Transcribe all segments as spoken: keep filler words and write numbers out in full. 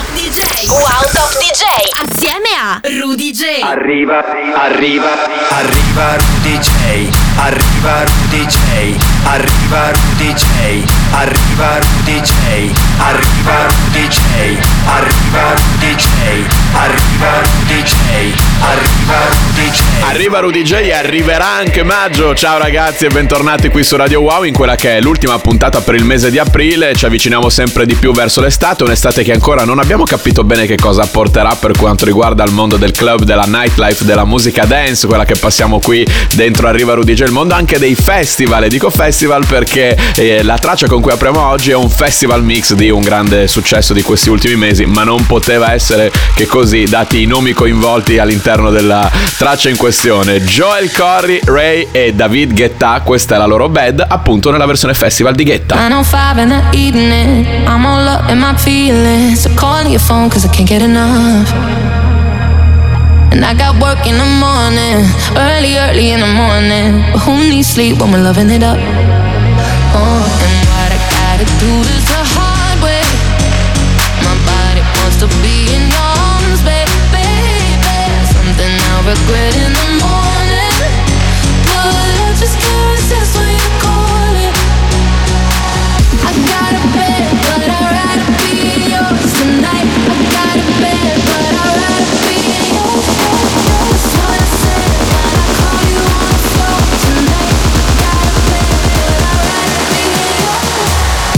Top D J. Wow Top D J. Assieme a Rudy J. Arriva, arriva, arriva Rudy J. Arriva Rudy J. Arriva Rudy J. Arriva Rudy J. Arriva Rudy J. Arriva Rudy J. Arriva Rudy J. Arriva Rudy J. Arriva Rudy J e arriverà anche maggio. Ciao ragazzi e bentornati qui su Radio Wow in quella che è l'ultima puntata per il mese di aprile. Ci avviciniamo sempre di più verso l'estate, un'estate che ancora non abbiamo capito bene che cosa porterà per quanto riguarda il mondo del club, della nightlife, della musica dance, quella che passiamo qui dentro Arriva Rudy J, il mondo anche dei festival. E dico festival perché eh, la traccia con cui apriamo oggi è un festival mix di un grande successo di questi ultimi mesi, ma non poteva essere che così, dati i nomi coinvolti all'interno della traccia in questione. Joel Corry, Ray e David Guetta, questa è la loro bad, appunto nella versione festival di Guetta. nine oh five in the evening, I'm all up in my feelings, so calling your phone cause I can't get enough. And I got work in the morning, early, early in the morning, but who needs sleep when we're loving it up? Oh, and what I gotta do is the hard way. My body wants to be in your arms, baby, baby. Something I'll regret in the morning, but I just can't resist when you call it. I got a bed, but I'd rather be yours tonight. I got a bed, but I'd rather be yours. That's what I said when I call you on the phone tonight. I got a bed, but I'd rather be yours.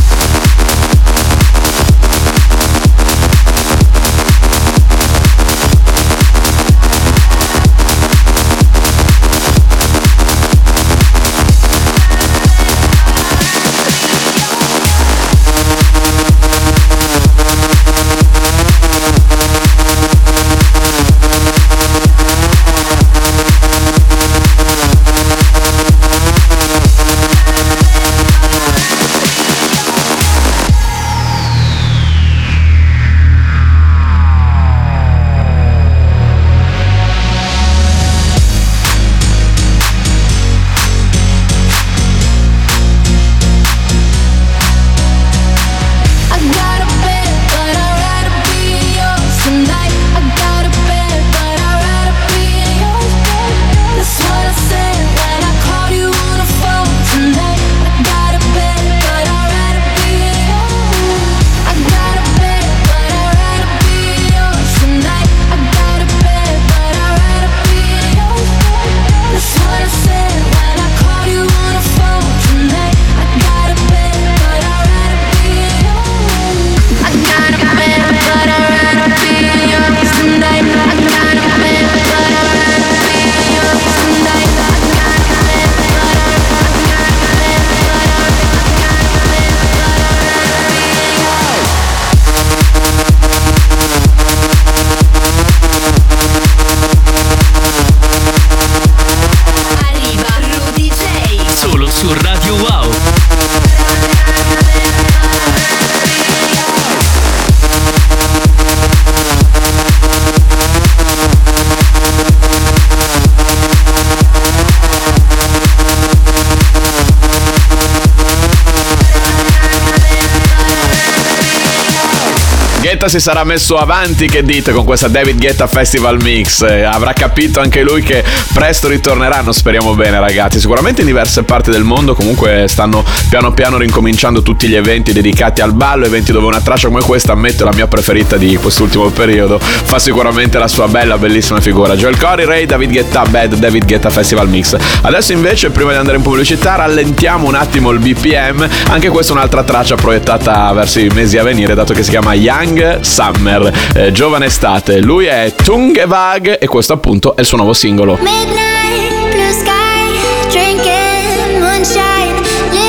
Guetta si sarà messo avanti, che dite, con questa David Guetta Festival Mix. Eh, avrà capito anche lui che presto ritorneranno, speriamo bene ragazzi. Sicuramente in diverse parti del mondo comunque stanno piano piano rincominciando tutti gli eventi dedicati al ballo, eventi dove una traccia come questa, ammetto la mia preferita di quest'ultimo periodo, fa sicuramente la sua bella bellissima figura. Joel Corry, Ray, David Guetta, Bad, David Guetta Festival Mix. Adesso invece, prima di andare in pubblicità, rallentiamo un attimo il B P M. Anche questa è un'altra traccia proiettata verso i mesi a venire, dato che si chiama Young Summer, eh, giovane estate. Lui è Tungevag e questo appunto è il suo nuovo singolo. Midnight, blue sky, drinking moonshine,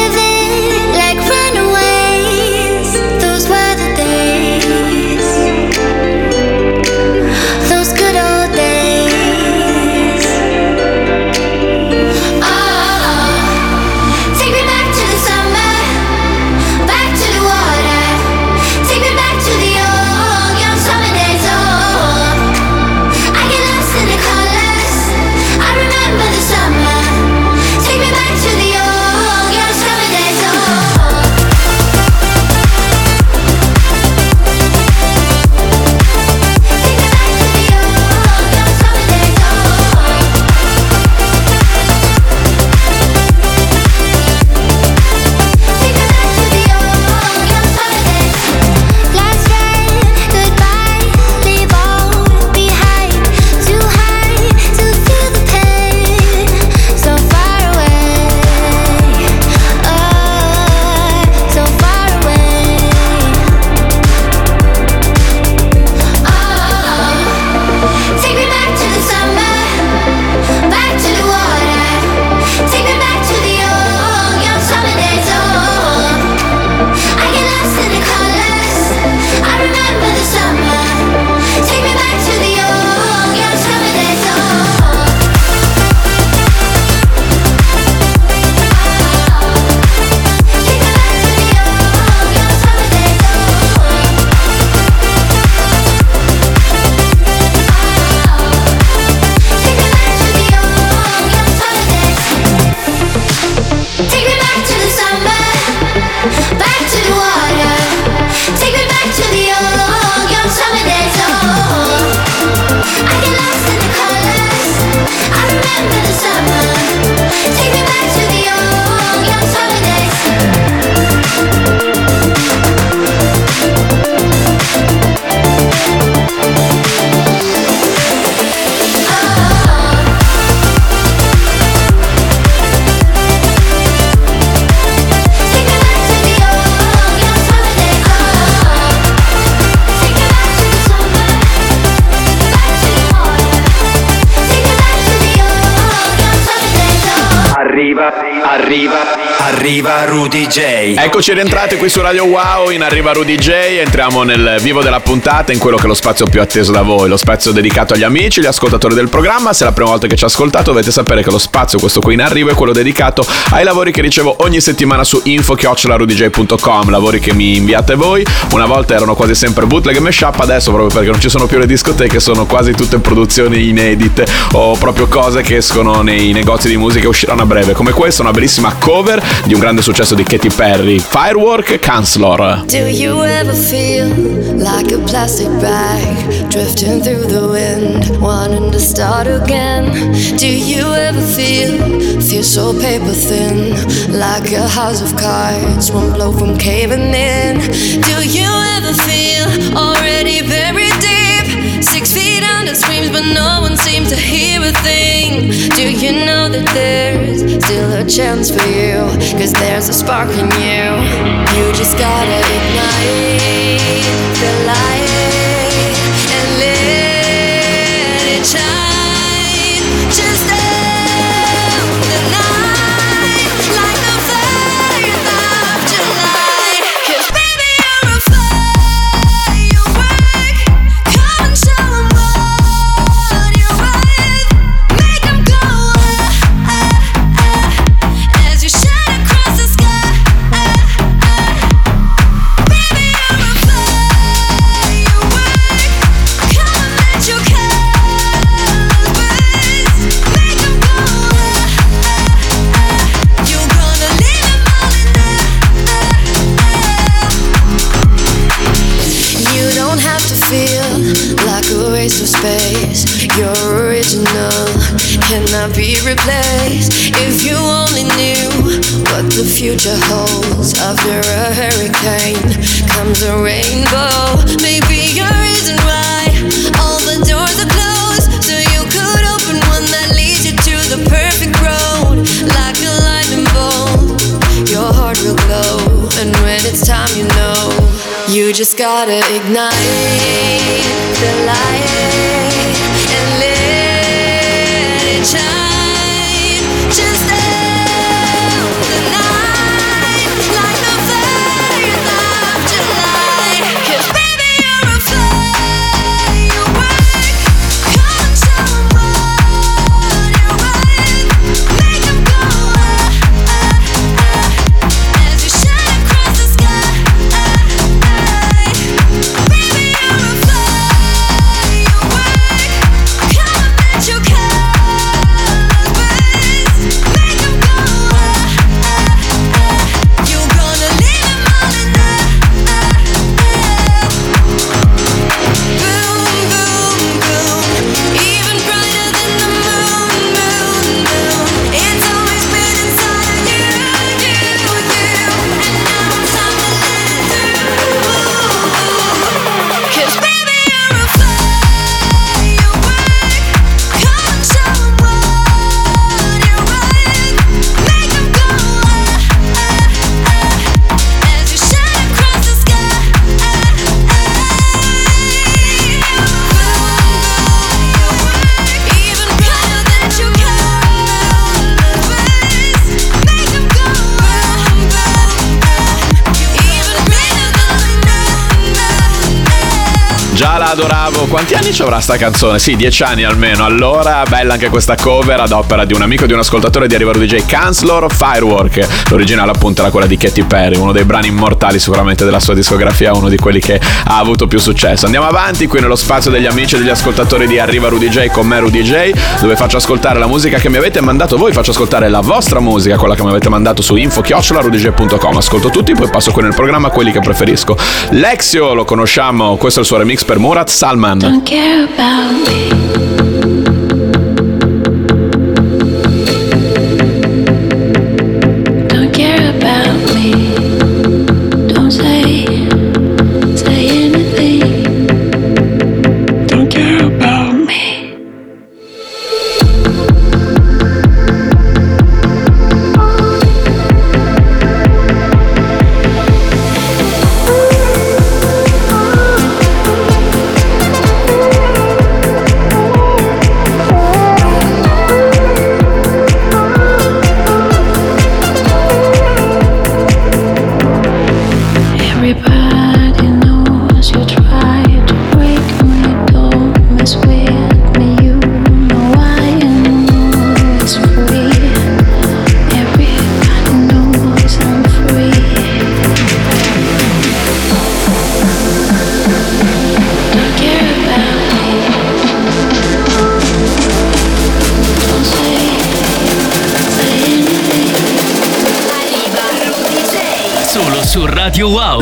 living like runaways. Those were the days, those good old days. Oh, take me back to the summer, back to the water. Take me back to the old, young summer days. Oh, I get lost in the colors. I remember back to the old, young summer days. Oh, I get lost in the colors. I remember the summer. Take me back to the old, young summer days. Arriva, arriva, arriva Rudy J. Eccoci rientrati qui su Radio Wow in Arriva Rudy J. Entriamo nel vivo della puntata, in quello che è lo spazio più atteso da voi, lo spazio dedicato agli amici, gli ascoltatori del programma. Se è la prima volta che ci ascoltate dovete sapere che lo spazio, questo qui in arrivo, è quello dedicato ai lavori che ricevo ogni settimana su info chiocciola rudy j punto com, lavori che mi inviate voi. Una volta erano quasi sempre bootleg e mashup, adesso proprio perché non ci sono più le discoteche sono quasi tutte produzioni inedite o proprio cose che escono nei negozi di musica e usciranno a breve, come questa, una bellissima cover di un grande successo di Katy Perry, Firework Counselor. Do you ever feel like a plastic bag drifting through the wind, wanting to start again? Do you ever feel, feel so paper thin, like a house of cards, one blow from caving in? Do you ever feel already buried deep, six feet under screams but no one seems to hear a thing? Do you know that there's still a chance for you, cause there's a spark in you. You just gotta ignite the light and let it shine. Just out the night like the fourth of July. Cause baby you're a firework. Come and show 'em what you're worth. Make 'em go ah, ah, ah, as you shine across the sky. Baby you're a firework. Come and let your colors burst. Make 'em go ah, ah, ah. You're gonna leave 'em all in the. You don't have to feel like a waste of space. You're original, cannot be replaced. If you only knew what the future holds. After a hurricane comes a rainbow. Maybe a reason why all the doors are closed, so you could open one that leads you to the perfect road. Like a lightning bolt, your heart will glow, and when it's time you know. You just gotta ignite the light and let it shine. Just out the night like the fourth of July. 'Cause baby you're a firework. Come and show 'em what you're worth. Make 'em go ah, ah, ah, as you shine across the sky. Baby you're a firework. Come and let your colors Già la adoravo. Quanti anni ci avrà sta canzone? Sì, dieci anni almeno. Allora, bella anche questa cover ad opera di un amico e di un ascoltatore di Arrivaro D J, Chancellor Firework. L'originale appunto era quella di Katy Perry, uno dei brani immortali sicuramente della sua discografia, uno di quelli che ha avuto più successo. Andiamo avanti qui nello spazio degli amici e degli ascoltatori di Arriva Rudy J con me Rudy J, dove faccio ascoltare la musica che mi avete mandato voi, faccio ascoltare la vostra musica, quella che mi avete mandato su info chiocciola rudy j punto com. Ascolto tutti, poi passo qui nel programma quelli che preferisco. Lexio lo conosciamo, questo è il suo remix per Murat Salman. Don't care about me. Su Radio Wow.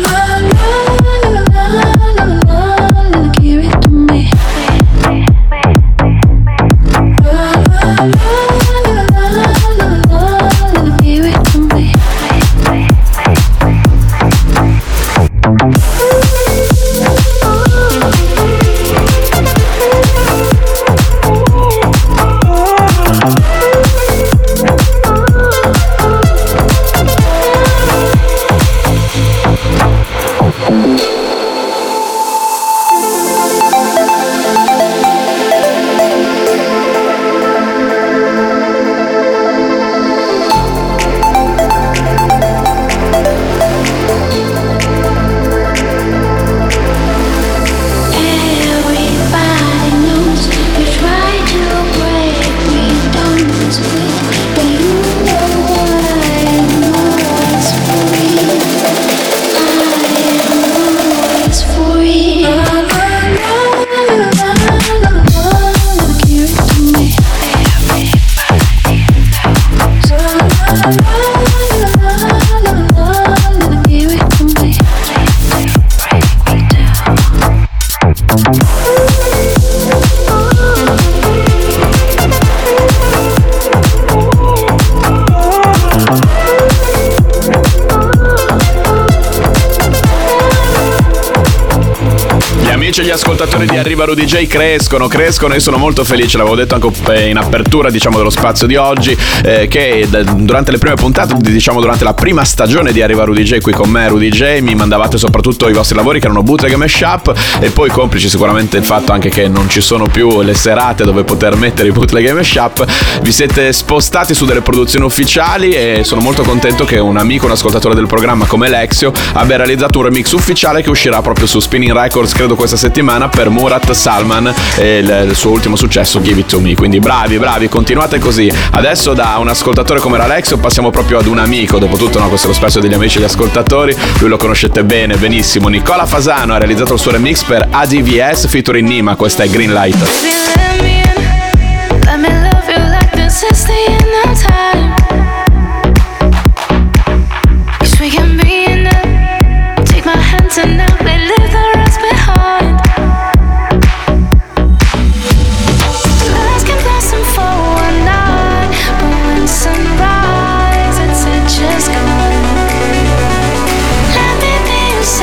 Gli ascoltatori di Arriva Rudy J crescono, crescono e sono molto felice, l'avevo detto anche in apertura diciamo dello spazio di oggi, eh, che durante le prime puntate, diciamo durante la prima stagione di Arriva Rudy J qui con me Rudy J, mi mandavate soprattutto i vostri lavori che erano bootleg e mashup, e poi complici sicuramente il fatto anche che non ci sono più le serate dove poter mettere i bootleg e mashup, vi siete spostati su delle produzioni ufficiali e sono molto contento che un amico, un ascoltatore del programma come Lexio abbia realizzato un remix ufficiale che uscirà proprio su Spinning Records credo questa settimana per Murat Salman e il, il suo ultimo successo Give It To Me. Quindi bravi, bravi, continuate così. Adesso da un ascoltatore come era Alexio passiamo proprio ad un amico, dopotutto no, questo è lo spazio degli amici e gli ascoltatori, lui lo conoscete bene, benissimo. Nicola Fasano ha realizzato il suo remix per A D V S featuring Nima, questa è Green Light.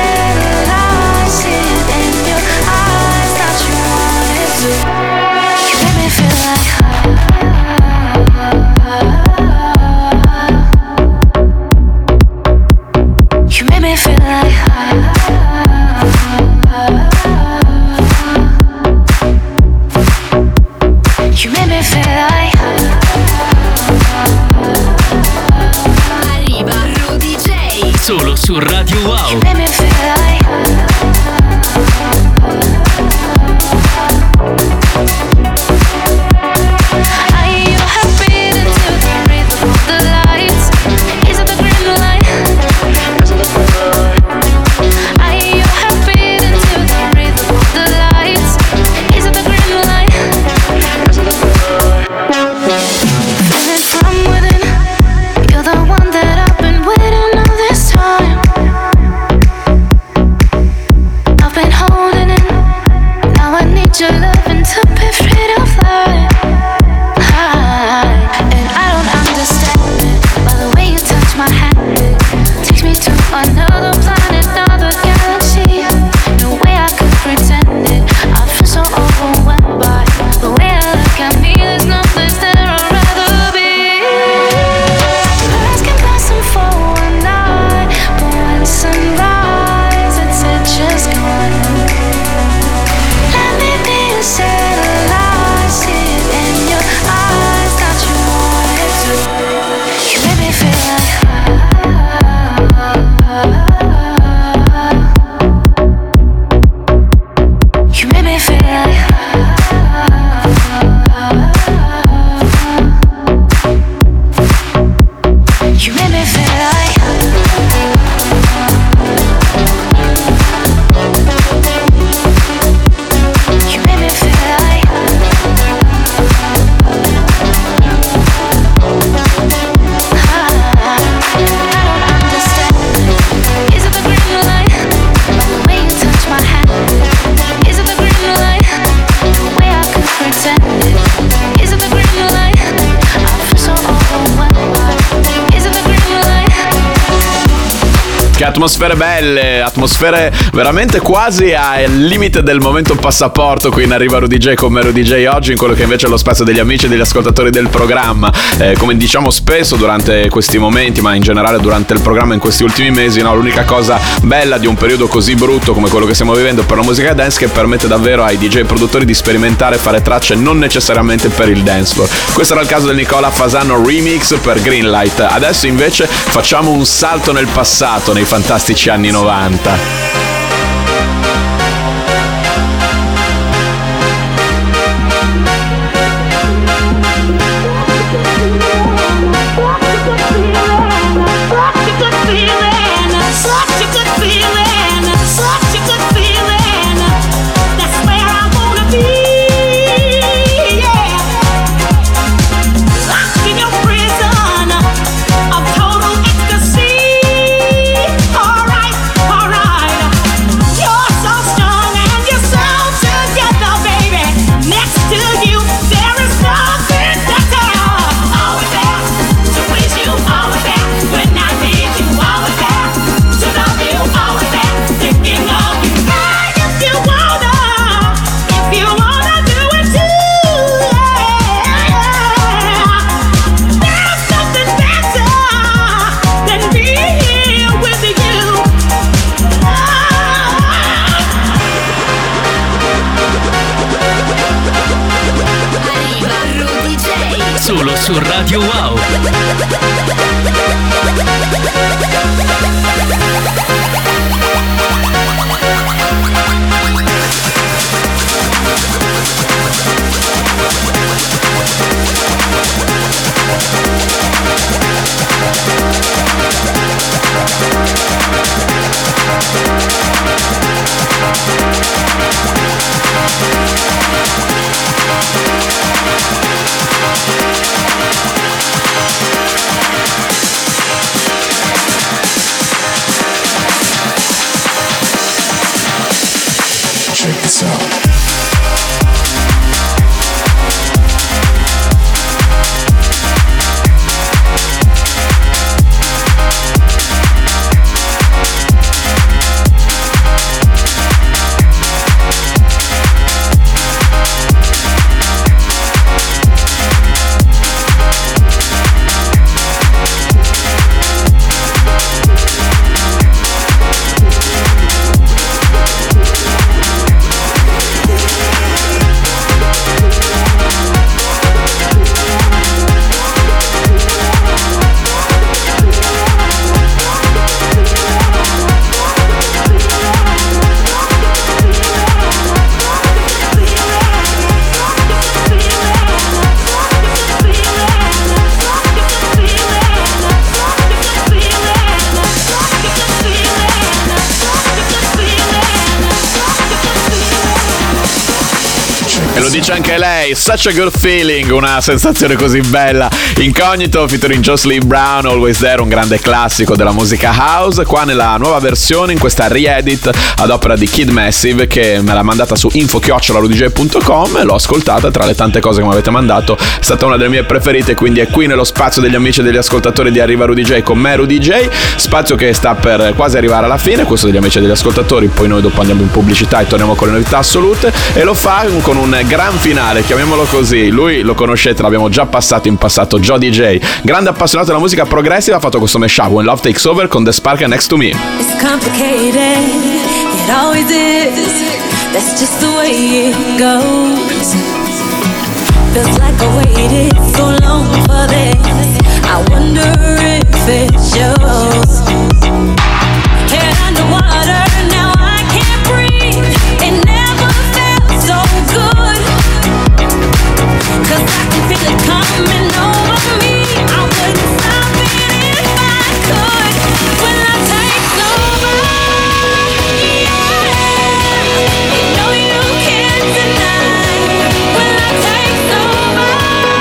Let me be atmosfere belle, atmosfere veramente quasi al limite del momento passaporto qui in Arriva Rudy J con me Rudy J oggi in quello che invece è lo spazio degli amici e degli ascoltatori del programma. Eh, come diciamo spesso durante questi momenti, ma in generale durante il programma in questi ultimi mesi, no, l'unica cosa bella di un periodo così brutto come quello che stiamo vivendo per la musica dance che permette davvero ai D J produttori di sperimentare e fare tracce non necessariamente per il dance floor. Questo era il caso del Nicola Fasano remix per Greenlight. Adesso invece facciamo un salto nel passato, nei fantastici anni novanta. Solo su Radio Wow. Check this out. Lo dice anche lei, such a good feeling, una sensazione così bella. Incognito featuring Jocelyn Brown, Always There, un grande classico della musica house, qua nella nuova versione, in questa re-edit ad opera di Kid Massive, che me l'ha mandata su info chiocciola rudy j punto com e l'ho ascoltata. Tra le tante cose che mi avete mandato è stata una delle mie preferite, quindi è qui nello spazio degli amici e degli ascoltatori di Arriva Rudy J con me Rudy J, spazio che sta per quasi arrivare alla fine, questo degli amici e degli ascoltatori, poi noi dopo andiamo in pubblicità e torniamo con le novità assolute, e lo fa con un gran finale, chiamiamolo così. Lui lo conoscete, l'abbiamo già passato in passato, Joe D J, grande appassionato della musica progressiva, ha fatto questo mashup When Love Takes Over con The Spark Next to Me. It's complicated, it always is. That's just the way it goes. Feels like I waited so long for this. I wonder if it shows. Head underwater, now I can't breathe. It never felt so good. Cause I can feel it coming over me. I wouldn't stop it if I could. When love takes over, yeah. You know you can't deny. When love takes over,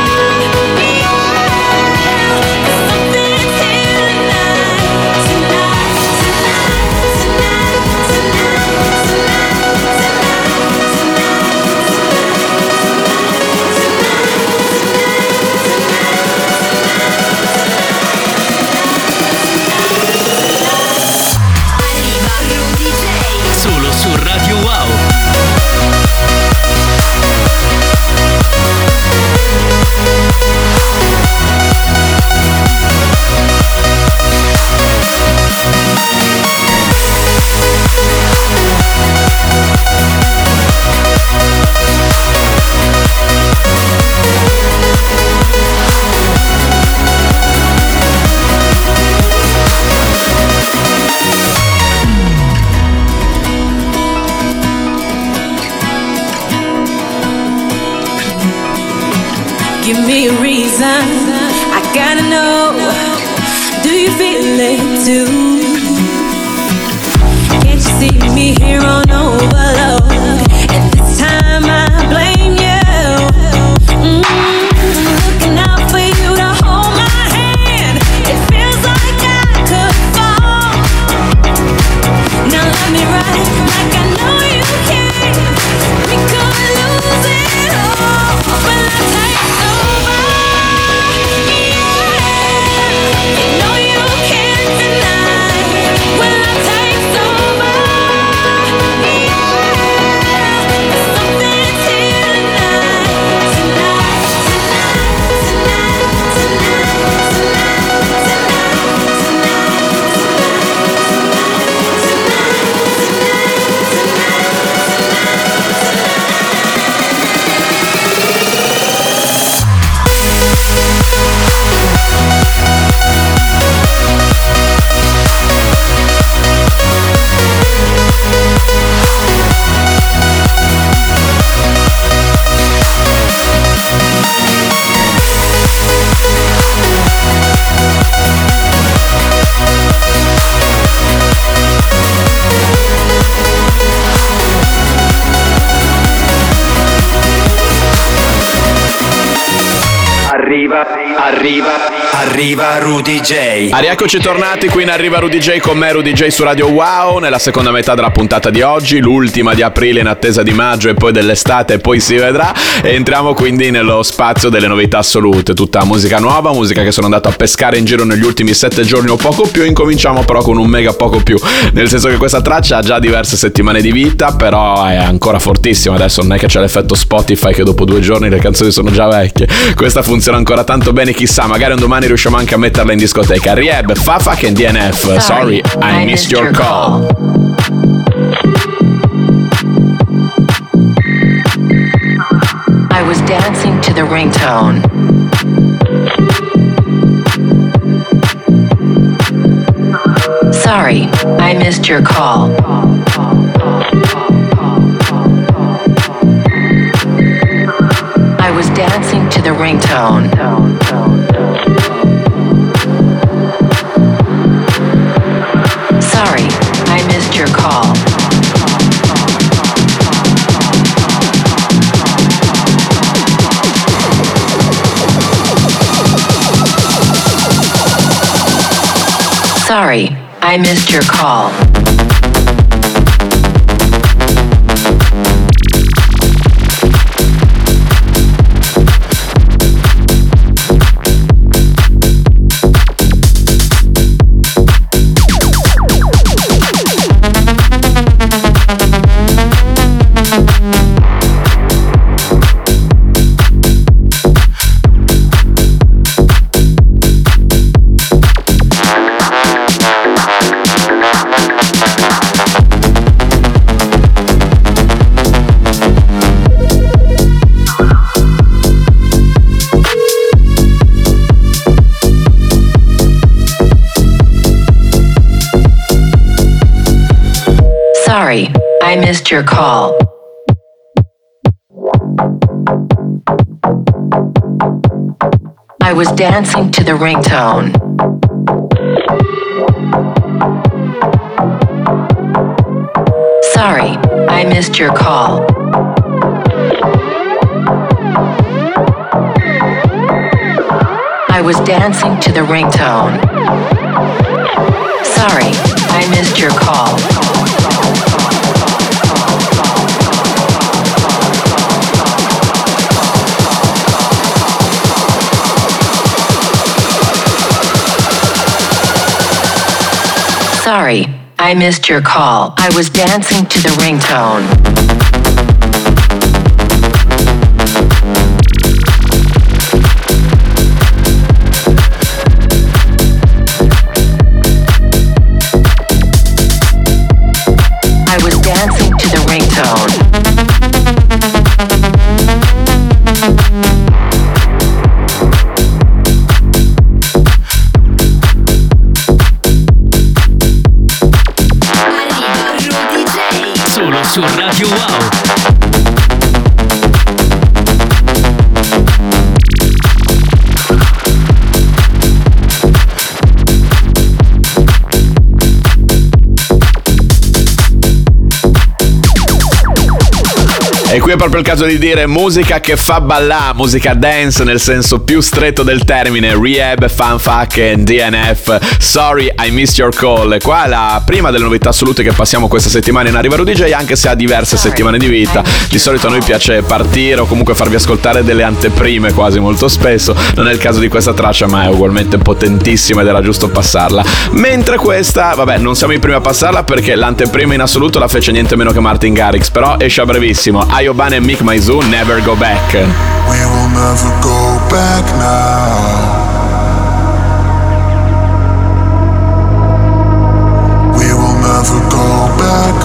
yeah. Something's here tonight, tonight, tonight, tonight. give me a reason. I gotta know, do you feel it too? Can't you see me here on overload? And this time I blame you. Mm-hmm. Looking out for you to hold my hand. It feels like I could fall. Now let me ride like I know you can. We could lose it all when I take over. Yeah, you know you can't deny when I take over. Yeah, there's something here tonight, tonight, tonight, tonight, tonight, tonight, Arriva, arriva, arriva Rudy J. Ah, rieccoci tornati qui in Arriva Rudy J con me Rudy J su Radio Wow nella seconda metà della puntata di oggi, l'ultima di aprile in attesa di maggio e poi dell'estate e poi si vedrà. E entriamo quindi nello spazio delle novità assolute, tutta musica nuova, musica che sono andato a pescare in giro negli ultimi sette giorni o poco più. Incominciamo però con un mega poco più, nel senso che questa traccia ha già diverse settimane di vita, però è ancora fortissima. Adesso non è che c'è l'effetto Spotify che dopo due giorni le canzoni sono già vecchie, questa funziona ancora tanto bene, chissà, magari un domani riusciamo anche a metterla in discoteca. Rieb, Fafak e D N F, Sorry, I Missed Your Call. I was dancing to the ringtone. Sorry, I missed your call. I was dancing to the ringtone. Sorry, I missed your call. Sorry, I missed your call. Sorry, I missed your call. I was dancing to the ringtone. Sorry, I missed your call. I was dancing to the ringtone. Sorry, I missed your call. Sorry, I missed your call. I was dancing to the ringtone. I was dancing to the ringtone. Su Radio Wow. E qui è proprio il caso di dire musica che fa ballà, musica dance nel senso più stretto del termine. Rehab, Funfuck e D N F, Sorry I Missed Your Call. E qua è la prima delle novità assolute che passiamo questa settimana in Arriva Rudy J, anche se ha diverse settimane di vita. Di solito a noi piace partire o comunque farvi ascoltare delle anteprime quasi molto spesso. Non è il caso di questa traccia, ma è ugualmente potentissima ed era giusto passarla. Mentre questa, vabbè, non siamo i primi a passarla perché l'anteprima in assoluto la fece niente meno che Martin Garrix, però esce a brevissimo. Ayoban e Mick Maizu, Never Go Back. We will never go back now. We will never go back.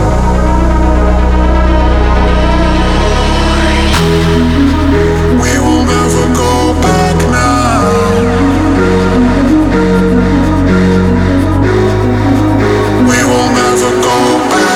We will never go back now. We will never go back.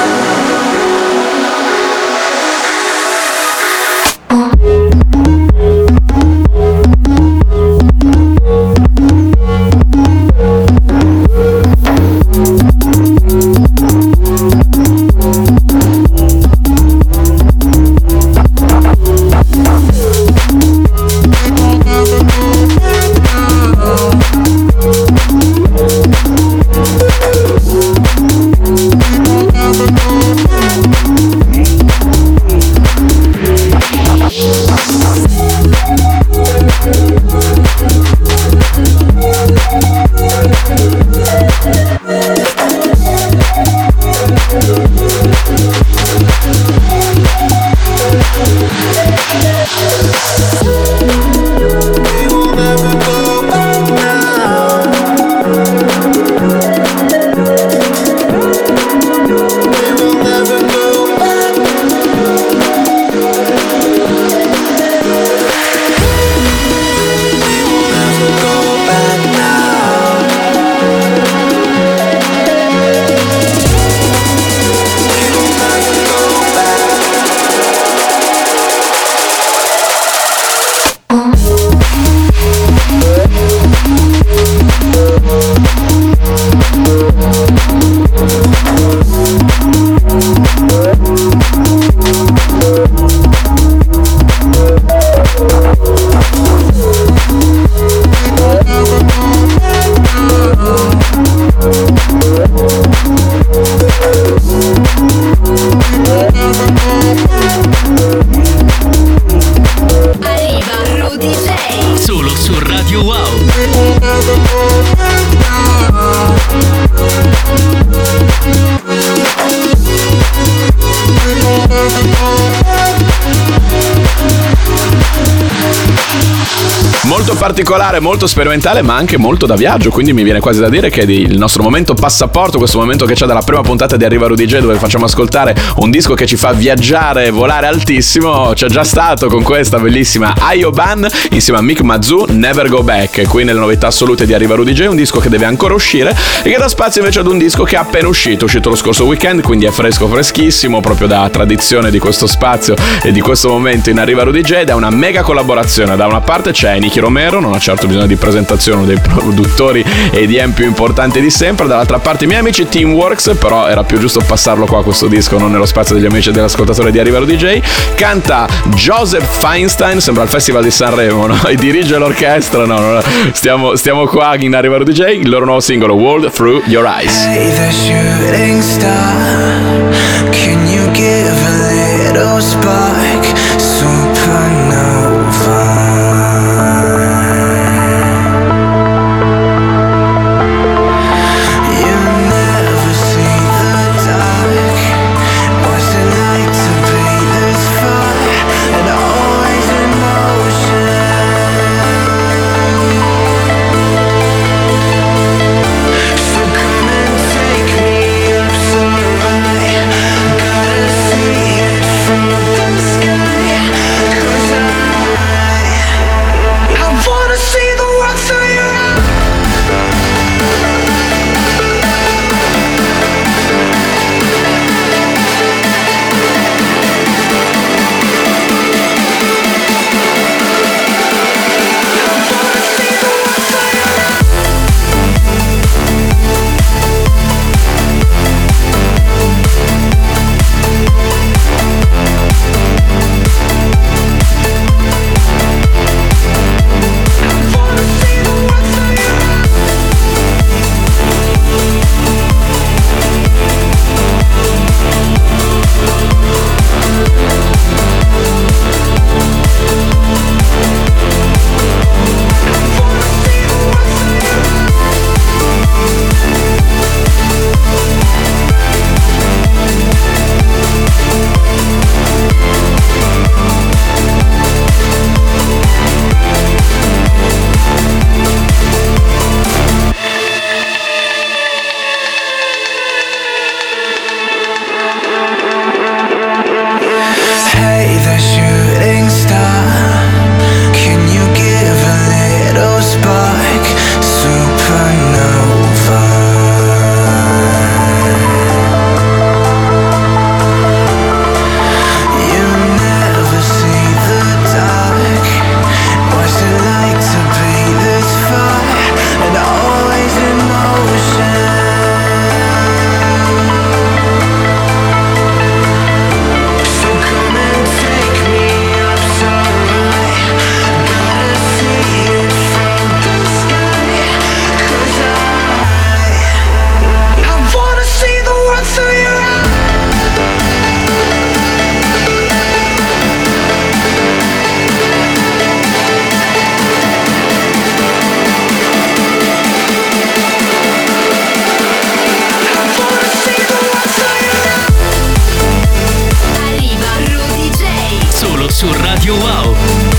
Molto particolare, molto sperimentale, ma anche molto da viaggio, quindi mi viene quasi da dire che è il nostro momento passaporto, questo momento che c'è dalla prima puntata di Arriva Rudy J, dove facciamo ascoltare un disco che ci fa viaggiare e volare altissimo. C'è già stato con questa bellissima Ayoban insieme a Mick Maizu, Never Go Back. Qui nelle novità assolute di Arriva Rudy J, un disco che deve ancora uscire e che dà spazio invece ad un disco che è appena uscito, uscito lo scorso weekend, quindi è fresco freschissimo, proprio da tradizione di questo spazio e di questo momento in Arriva Rudy J. Ed è una mega collaborazione. Da una parte c'è Nicky Romero, non ha certo bisogno di presentazione, uno dei produttori e D M più importanti di sempre. Dall'altra parte i miei amici Teamworks, però era più giusto passarlo qua questo disco, non nello spazio degli amici e dell'ascoltatore di Arriva Rudy J. Canta Joseph Feinstein, sembra il Festival di Sanremo, no? E dirige l'orchestra, no, no, no. Stiamo, stiamo qua in Arriva Rudy J, il loro nuovo singolo World Through Your Eyes. Hey, the shooting star, can you give a little spark? Supernova. Got Radio Wow.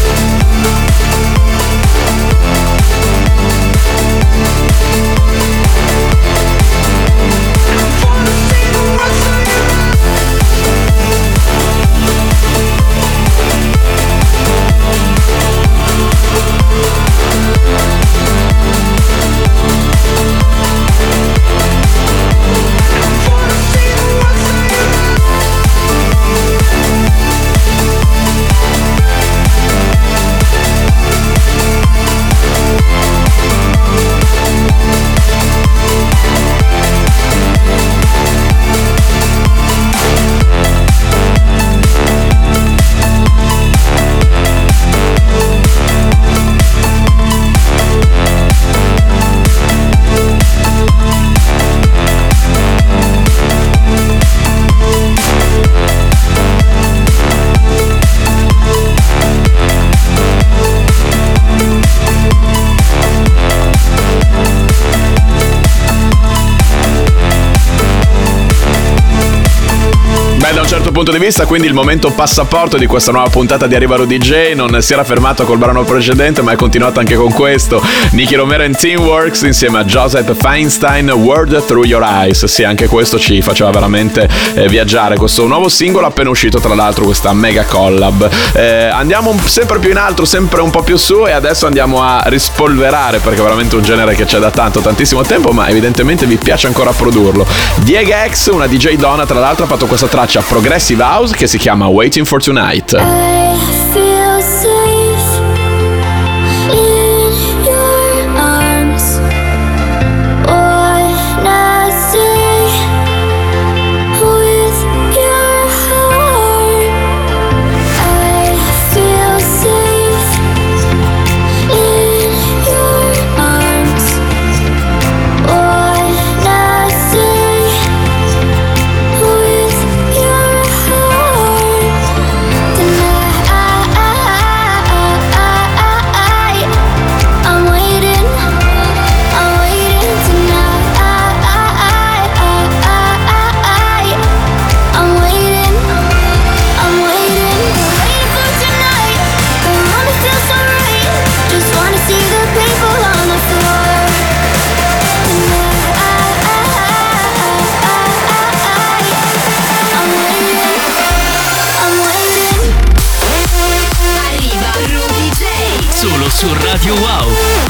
Punto di vista, quindi il momento passaporto di questa nuova puntata di Arriva Rudy J. Non si era fermato col brano precedente, ma è continuato anche con questo. Nicky Romero and Teamworks insieme a Joseph Feinstein, Word Through Your Eyes. Sì, anche questo ci faceva veramente eh, viaggiare. Questo nuovo singolo appena uscito, tra l'altro, questa mega collab. Eh, andiamo sempre più in alto, sempre un po' più su, e adesso andiamo a rispolverare, perché è veramente un genere che c'è da tanto, tantissimo tempo, ma evidentemente vi piace ancora produrlo. Diego X, una D J donna, tra l'altro, ha fatto questa traccia progressiva house che si chiama Waiting for Tonight. I feel safe in your arms. What I say with your heart. I feel safe in your arms. What I say with your heart. su Radio Wow.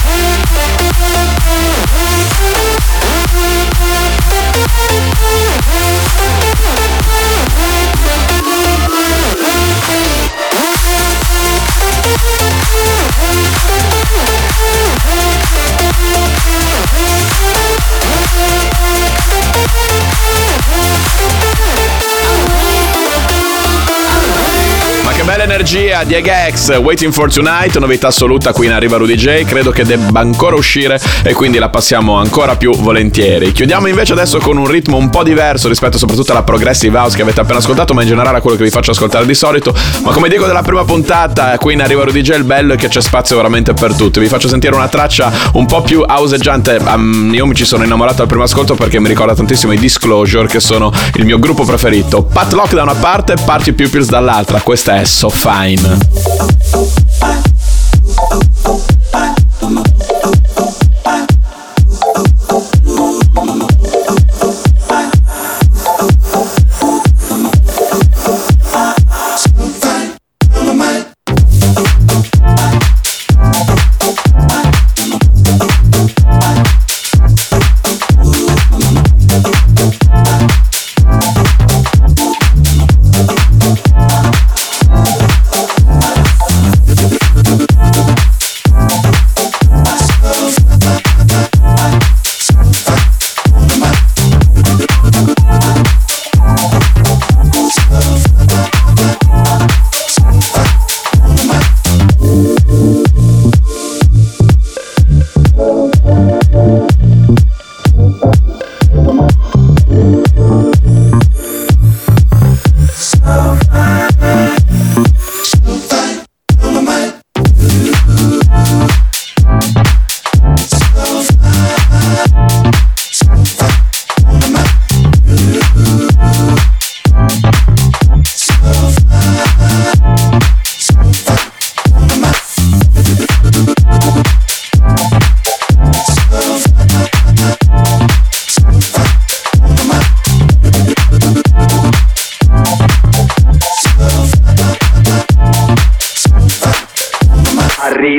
Bella energia, Diego X, Waiting for Tonight, novità assoluta qui in Arriva Rudy J, credo che debba ancora uscire e quindi la passiamo ancora più volentieri. Chiudiamo invece adesso con un ritmo un po' diverso rispetto soprattutto alla Progressive House che avete appena ascoltato, ma in generale a quello che vi faccio ascoltare di solito. Ma come dico della prima puntata, qui in Arriva Rudy J il bello è che c'è spazio veramente per tutti. Vi faccio sentire una traccia un po' più houseggiante. Um, io mi ci sono innamorato al primo ascolto perché mi ricorda tantissimo i Disclosure, che sono il mio gruppo preferito. Pat Lock da una parte, Party Pupils dall'altra. Questa è So Fine.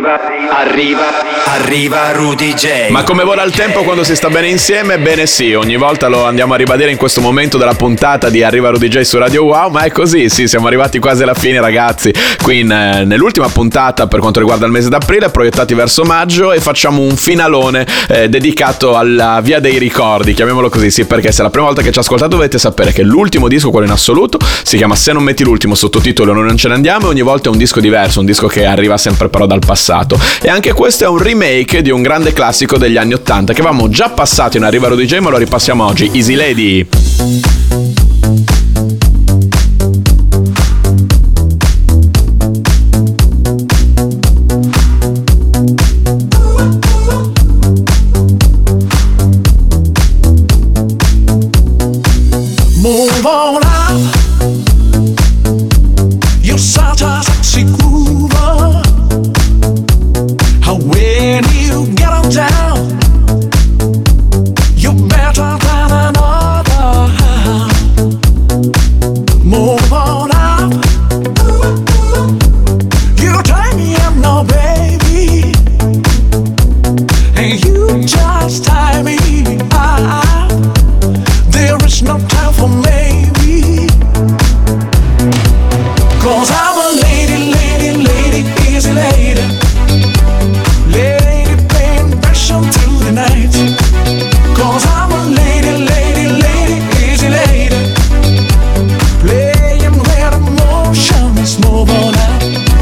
Arriva, arriva, arriva Rudy J. Ma come vola il tempo quando si sta bene insieme? Bene sì, ogni volta lo andiamo a ribadire in questo momento della puntata di Arriva Rudy J su Radio Wow, ma è così, sì, siamo arrivati quasi alla fine ragazzi. Qui in, eh, nell'ultima puntata per quanto riguarda il mese d'aprile, proiettati verso maggio, e facciamo un finalone eh, dedicato alla Via dei Ricordi, chiamiamolo così, sì, perché se è la prima volta che ci ascoltate dovete sapere che l'ultimo disco, quello in assoluto, si chiama Se non metti l'ultimo, sottotitolo Noi non ce ne andiamo, e ogni volta è un disco diverso, un disco che arriva sempre però dal passato. E anche questo è un remake di un grande classico degli anni ottanta che avevamo già passato in Arriva Rudy J, ma lo ripassiamo oggi. Easy Lady. Move on up. You're such a sexy groover. How when you get on down, you're better than another. Move on up. You take me up now, baby, and you just tie me up. There is no time for maybe, 'cause I'm a lady, lady, lady, easy lady. Lady paying passion through the night. 'Cause I'm a lady, lady, lady, easy lady. Playing with emotions, move on out.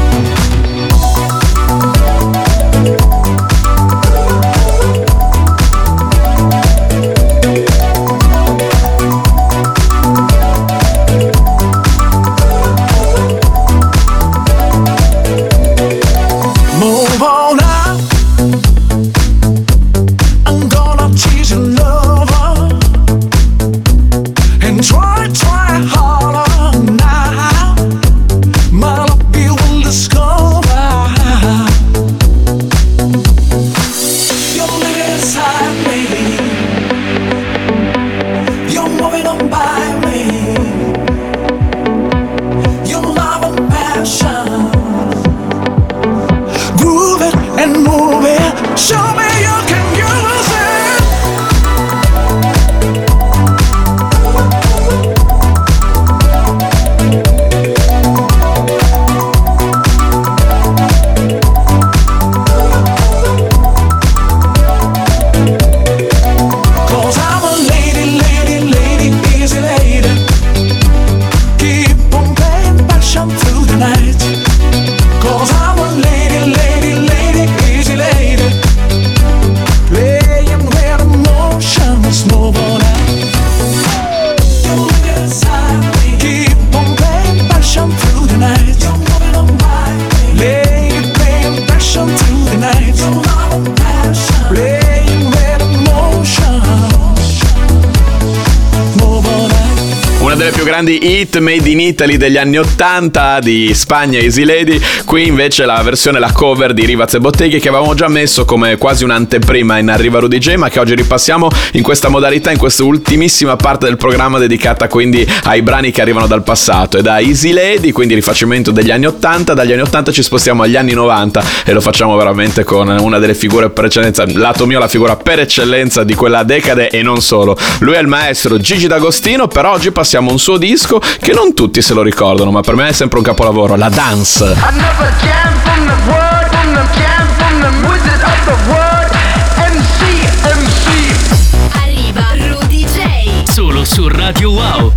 Move on up. I'm gonna tease your lover and try, try harder now. My love you will discover. You're living inside me. You're moving on by me. Your love and passion. Groove it and move it. Show me you can use it. Cause I'm a lady, lady, lady, easy lady. Keep on playing passion through the night. Cause I'm a lady, lady, lady, easy lady. Playing with emotions, move on out. You're living inside me. Keep on playing passion through the night. You're moving on by me. Lady, playing passion through the night. You're loving passion. Playing with emotions, move on out. Una delle più grandi hit made in Italy degli anni ottanta di Spagna, Easy Lady. Qui invece la versione, la cover di Rivaz e Botteghi, che avevamo già messo come quasi un'anteprima in Arriva Rudy J, ma che oggi ripassiamo in questa modalità, in questa ultimissima parte del programma dedicata quindi ai brani che arrivano dal passato. E da Easy Lady, quindi rifacimento degli anni ottanta, dagli anni ottanta ci spostiamo agli anni novanta e lo facciamo veramente con una delle figure per eccellenza, lato mio la figura per eccellenza di quella decade e non solo. Lui è il maestro Gigi D'Agostino, però oggi passiamo un suo disco che non tutti se lo ricordano, ma per me è sempre un capolavoro, La Dance. Arriva Rudy J. Solo su Radio Wow.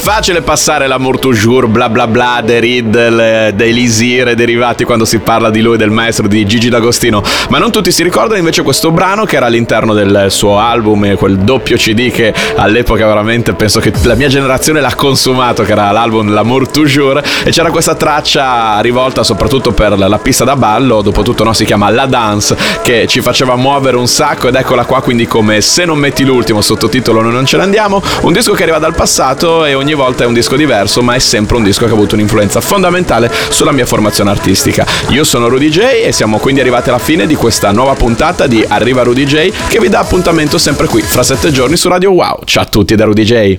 facile passare l'amour toujours, bla bla bla, dei Riddle, dei Lisire derivati quando si parla di lui, del maestro di Gigi D'Agostino, ma non tutti si ricordano invece questo brano che era all'interno del suo album, quel doppio C D che all'epoca veramente penso che la mia generazione l'ha consumato, che era l'album L'amour toujours, e c'era questa traccia rivolta soprattutto per la pista da ballo, dopotutto no, si chiama La Dance, che ci faceva muovere un sacco, ed eccola qua quindi come Se non metti l'ultimo, sottotitolo Noi non ce ne andiamo, un disco che arriva dal passato e ogni volta è un disco diverso, ma è sempre un disco che ha avuto un'influenza fondamentale sulla mia formazione artistica. Io sono Rudy J e siamo quindi arrivati alla fine di questa nuova puntata di Arriva Rudy J, che vi dà appuntamento sempre qui fra sette giorni su Radio Wow. Ciao a tutti da Rudy J.